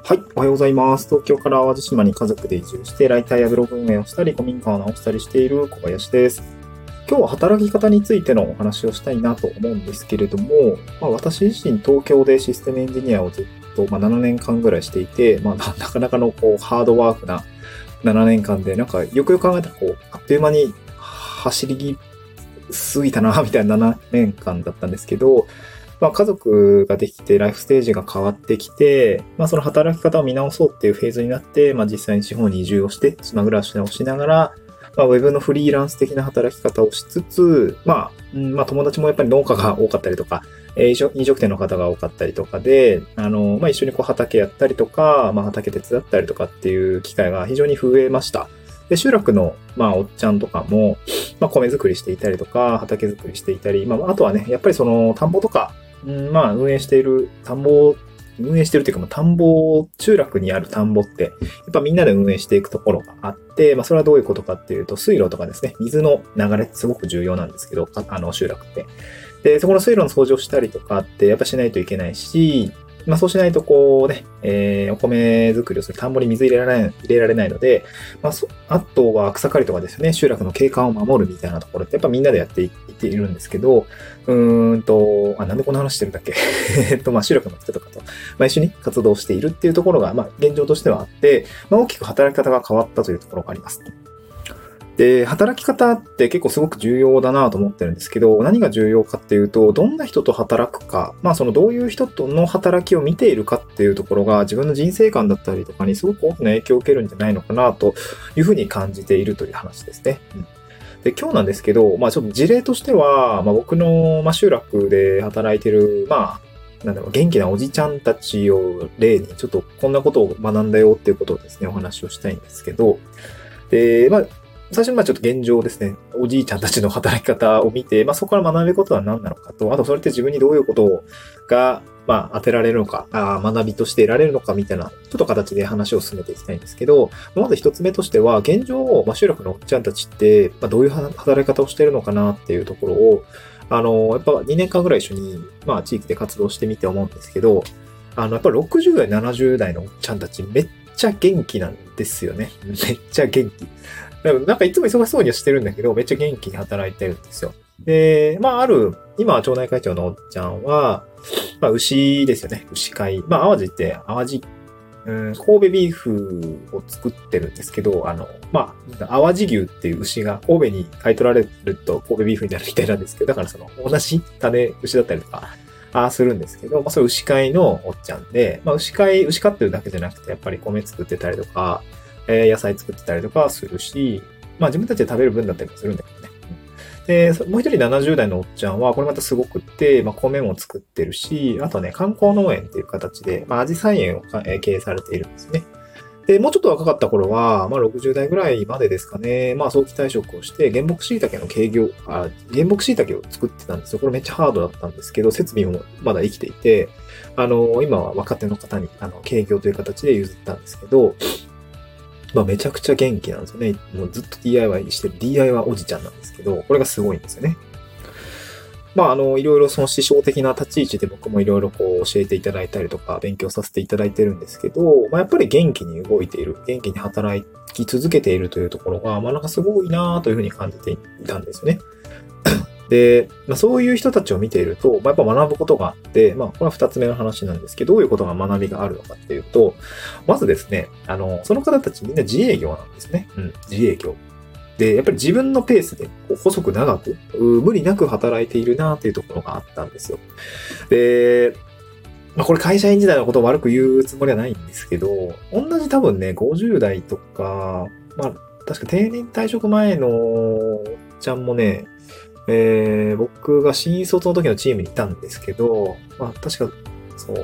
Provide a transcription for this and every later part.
はい、おはようございます。東京から淡路島に家族で移住して、ライターやブログ運営をしたり、古民家を直したりしている小林です。今日は働き方についてのお話をしたいなと思うんですけれども、私自身東京でシステムエンジニアをずっと、7年間ぐらいしていて、なかなかのハードワークな7年間で、よくよく考えたらあっという間に走り過ぎたな、みたいな7年間だったんですけど、家族ができて、ライフステージが変わってきて、その働き方を見直そうっていうフェーズになって、実際に地方に移住をして、島暮らしをしながら、ウェブのフリーランス的な働き方をしつつ、友達もやっぱり農家が多かったりとか、飲食店の方が多かったりとかで、一緒に畑やったりとか、畑手伝ったりとかっていう機会が非常に増えました。で、集落の、おっちゃんとかも、米作りしていたりとか、畑作りしていたり、あとはね、やっぱりその、田んぼとか、運営している、運営してるっていうか、集落にある田んぼって、やっぱみんなで運営していくところがあって、それはどういうことかっていうと、水路とかですね、水の流れってすごく重要なんですけど、集落って。で、そこの水路の掃除をしたりとかって、やっぱしないといけないし、そうしないとお米作りをする田んぼに水入れられないので、あとは草刈りとかですよね、集落の景観を守るみたいなところってやっぱみんなでやっていいるんですけど、なんでこんな話してるんだっけ集落の人とかと、一緒に活動しているっていうところが、現状としてはあって、大きく働き方が変わったというところがあります。で、働き方って結構すごく重要だなと思ってるんですけど、何が重要かっていうと、どんな人と働くか、そのどういう人との働きを見ているかっていうところが自分の人生観だったりとかにすごく大きな影響を受けるんじゃないのかなというふうに感じているという話ですね。で、今日なんですけど、ちょっと事例としては、僕の、集落で働いてる、元気なおじちゃんたちを例に、ちょっとこんなことを学んだよっていうことをですね、お話をしたいんですけど、で、最初にちょっと現状ですね、おじいちゃんたちの働き方を見て、そこから学べることは何なのかと、あとそれって自分にどういうことが、当てられるのか、学びとして得られるのかみたいな、ちょっと形で話を進めていきたいんですけど、まず一つ目としては、現状、集落のおっちゃんたちって、どういう働き方をしているのかなっていうところを、やっぱ2年間ぐらい一緒に、地域で活動してみて思うんですけど、やっぱ60代、70代のおっちゃんたちめっちゃ元気なんですよね。めっちゃ元気。いつも忙しそうにはしてるんだけど、めっちゃ元気に働いてるんですよ。で、今は町内会長のおっちゃんは、牛ですよね。牛飼い。淡路って、神戸ビーフを作ってるんですけど、淡路牛っていう牛が神戸に買い取られると神戸ビーフになるみたいなんですけど、だからその同じ種牛だったりとか、するんですけど、それ牛飼いのおっちゃんで、牛飼ってるだけじゃなくて、やっぱり米作ってたりとか、野菜作ってたりとかするし、自分たちで食べる分だったりもするんだけどね。で、もう一人70代のおっちゃんは、これまたすごくって、米も作ってるし、あとね、観光農園っていう形で、アジサイ園を経営されているんですね。で、もうちょっと若かった頃は、60代ぐらいまでですかね、早期退職をして、原木椎茸の原木椎茸を作ってたんですよ。これめっちゃハードだったんですけど、設備もまだ生きていて、今は若手の方に、経業という形で譲ったんですけど、めちゃくちゃ元気なんですよね。もうずっと DIY してる DIY おじちゃんなんですけど、これがすごいんですよね。いろいろその師匠的な立ち位置で僕もいろいろ教えていただいたりとか勉強させていただいてるんですけど、やっぱり元気に動いている、元気に働き続けているというところが、すごいなというふうに感じていたんですよね。で、そういう人たちを見ていると、やっぱ学ぶことがあって、これは二つ目の話なんですけど、どういうことが学びがあるのかっていうと、まずですね、その方たちみんな自営業なんですね。自営業。で、やっぱり自分のペースで細く長く、無理なく働いているなっていうところがあったんですよ。で、これ会社員時代のことを悪く言うつもりはないんですけど、同じ多分ね、50代とか、確か定年退職前のおっちゃんもね、僕が新卒の時のチームにいたんですけど、確か、そう、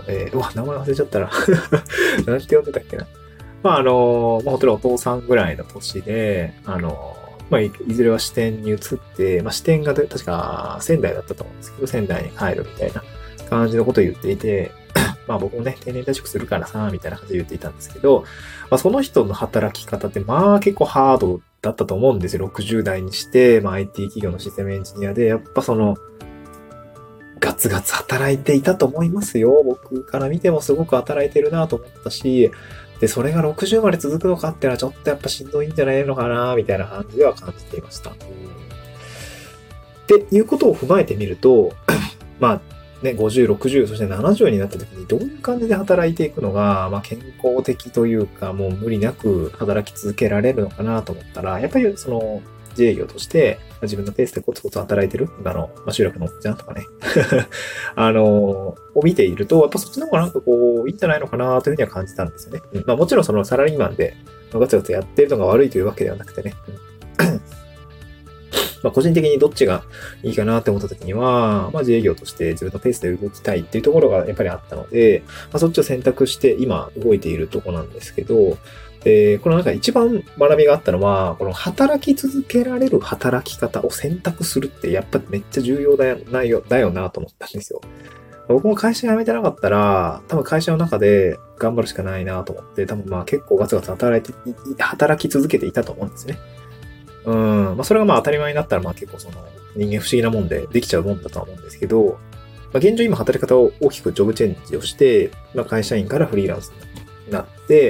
名前忘れちゃったらなんて呼んでたっけな。本当にお父さんぐらいの年で、いずれは支店に移って、支店が確か仙台だったと思うんですけど、仙台に帰るみたいな感じのことを言っていて、僕もね、定年退職するからさ、みたいな感じで言っていたんですけど、その人の働き方って結構ハードだったと思うんですよ。60代にして、IT 企業のシステムエンジニアで、やっぱその、がっガツガツ働いていたと思いますよ。僕から見てもすごく働いてるなと思ったし、で、それが60まで続くのかっていうのはちょっとやっぱしんどいんじゃないのかな、みたいな感じでは感じていました。っていうことを踏まえてみると、まあね、50、60、そして70になった時にどういう感じで働いていくのが、健康的というか、もう無理なく働き続けられるのかなと思ったら、やっぱり自営業として自分のペースでコツコツ働いてる今の、集落のおっちゃんとかね、を見ていると、やっぱそっちの方がなんかいいんじゃないのかなというふうには感じたんですよね。もちろんそのサラリーマンでガツガツやってるのが悪いというわけではなくてね。個人的にどっちがいいかなって思った時には、自営業として自分のペースで動きたいっていうところがやっぱりあったので、そっちを選択して今動いているとこなんですけど、このなんか一番学びがあったのは、この働き続けられる働き方を選択するってやっぱめっちゃ重要だよなと思ったんですよ。僕も会社辞めてなかったら、多分会社の中で頑張るしかないなと思って、多分結構ガツガツ働き続けていたと思うんですね。それが当たり前になったら結構人間不思議なもんでできちゃうもんだとは思うんですけど、現状今働き方を大きくジョブチェンジをして、会社員からフリーランスになって、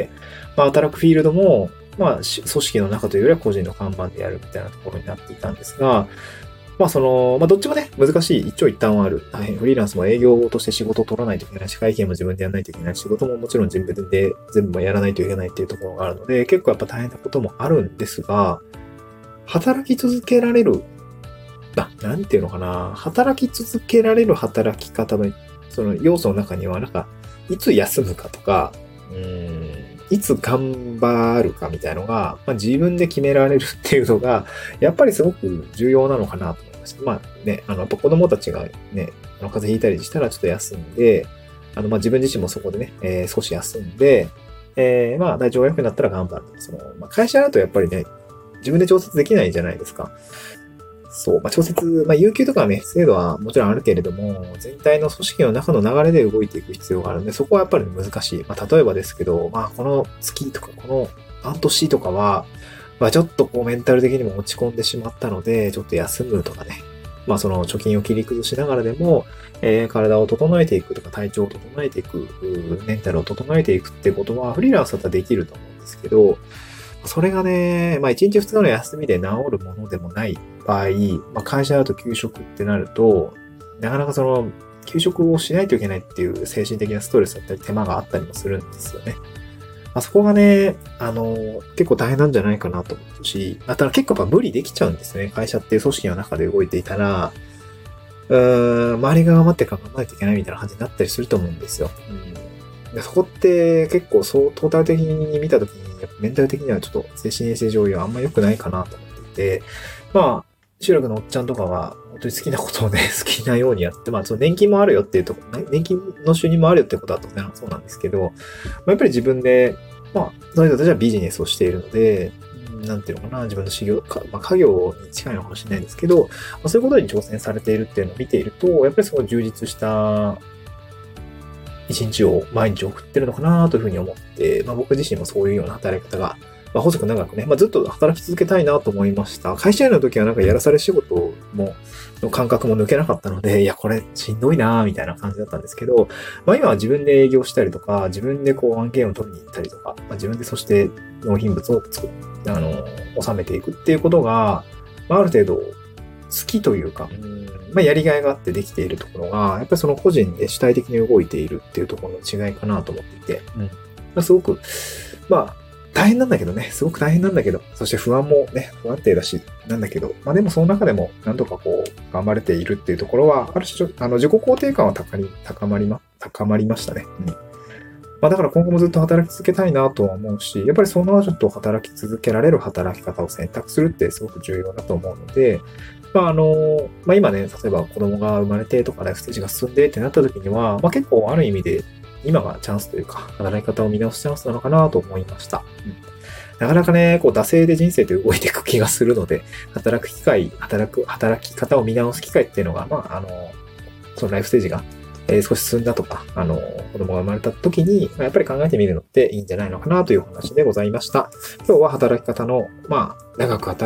働くフィールドも、組織の中というよりは個人の看板でやるみたいなところになっていたんですが、どっちもね、難しい一長一短はある。大変フリーランスも営業として仕事を取らないといけないし、会計も自分でやらないといけないし、仕事ももちろん自分で全部やらないといけないっていうところがあるので、結構やっぱ大変なこともあるんですが、働き続けられる、なんていうのかな、働き続けられる働き方の、その要素の中には、いつ休むかとか、いつ頑張るかみたいなのが、自分で決められるっていうのが、やっぱりすごく重要なのかなと思いました。やっぱ子供たちがね、風邪ひいたりしたらちょっと休んで、自分自身もそこでね、少し休んで、体調が良くなったら頑張る。会社だとやっぱりね、自分で調節できないじゃないですか。そう。調節、有給とかはね、制度はもちろんあるけれども、全体の組織の中の流れで動いていく必要があるので、そこはやっぱり難しい。例えばですけど、この月とか、この半年とかは、ちょっとメンタル的にも落ち込んでしまったので、ちょっと休むとかね。その貯金を切り崩しながらでも、体を整えていくとか、体調を整えていく、メンタルを整えていくってことは、フリーランスだったらできると思うんですけど、それがね、1日2日の休みで治るものでもない場合、会社だと休職ってなると、なかなか休職をしないといけないっていう精神的なストレスだったり手間があったりもするんですよね。そこがね、結構大変なんじゃないかなと思うし、ただ結構やっぱ無理できちゃうんですね。会社っていう組織の中で動いていたら、周りが頑張って頑張らないといけないみたいな感じになったりすると思うんですよ。そこって結構トータル的に見たときに、メンタル的にはちょっと精神衛生上はあんま良くないかなと思っていて、集落のおっちゃんとかは本当に好きなことをね、好きなようにやって、年金もあるよっていうところ、年金の収入もあるよってことは当然そうなんですけど、やっぱり自分で、その人たちはビジネスをしているので、なんていうのかな、自分の修行か、家業に近いのかもしれないですけど、そういうことに挑戦されているっていうのを見ていると、やっぱりすごい充実した一日を毎日送ってるのかなというふうに思って、僕自身もそういうような働き方が、細く長くね、ずっと働き続けたいなと思いました。会社員の時はやらされ仕事の感覚も抜けなかったので、いや、これしんどいなみたいな感じだったんですけど、今は自分で営業したりとか、自分で案件を取りに行ったりとか、自分でそして納品物を収めていくっていうことが、ある程度好きというか、やりがいがあってできているところが、やっぱりその個人で主体的に動いているっていうところの違いかなと思っていて、すごく、大変なんだけどね、すごく大変なんだけど、そして不安もね、不安定だし、なんだけど、でもその中でも、なんとか頑張れているっていうところは、ある種、自己肯定感は高まりましたね。だから今後もずっと働き続けたいなとは思うし、やっぱりそのちょっと働き続けられる働き方を選択するってすごく重要だと思うので、今ね、例えば子供が生まれてとかライフステージが進んでってなった時には、結構ある意味で、今がチャンスというか、働き方を見直すチャンスなのかなと思いました。なかなかね、惰性で人生って動いていく気がするので、働き方を見直す機会っていうのが、そのライフステージが、少し進んだとか、子供が生まれた時に、やっぱり考えてみるのっていいんじゃないのかなというお話でございました。今日は働き方の、長く働く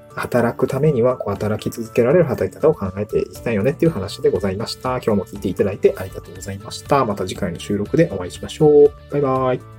働くためには、働き続けられる働き方を考えていきたいよねっていう話でございました。今日も聞いていただいてありがとうございました。また次回の収録でお会いしましょう。バイバイ。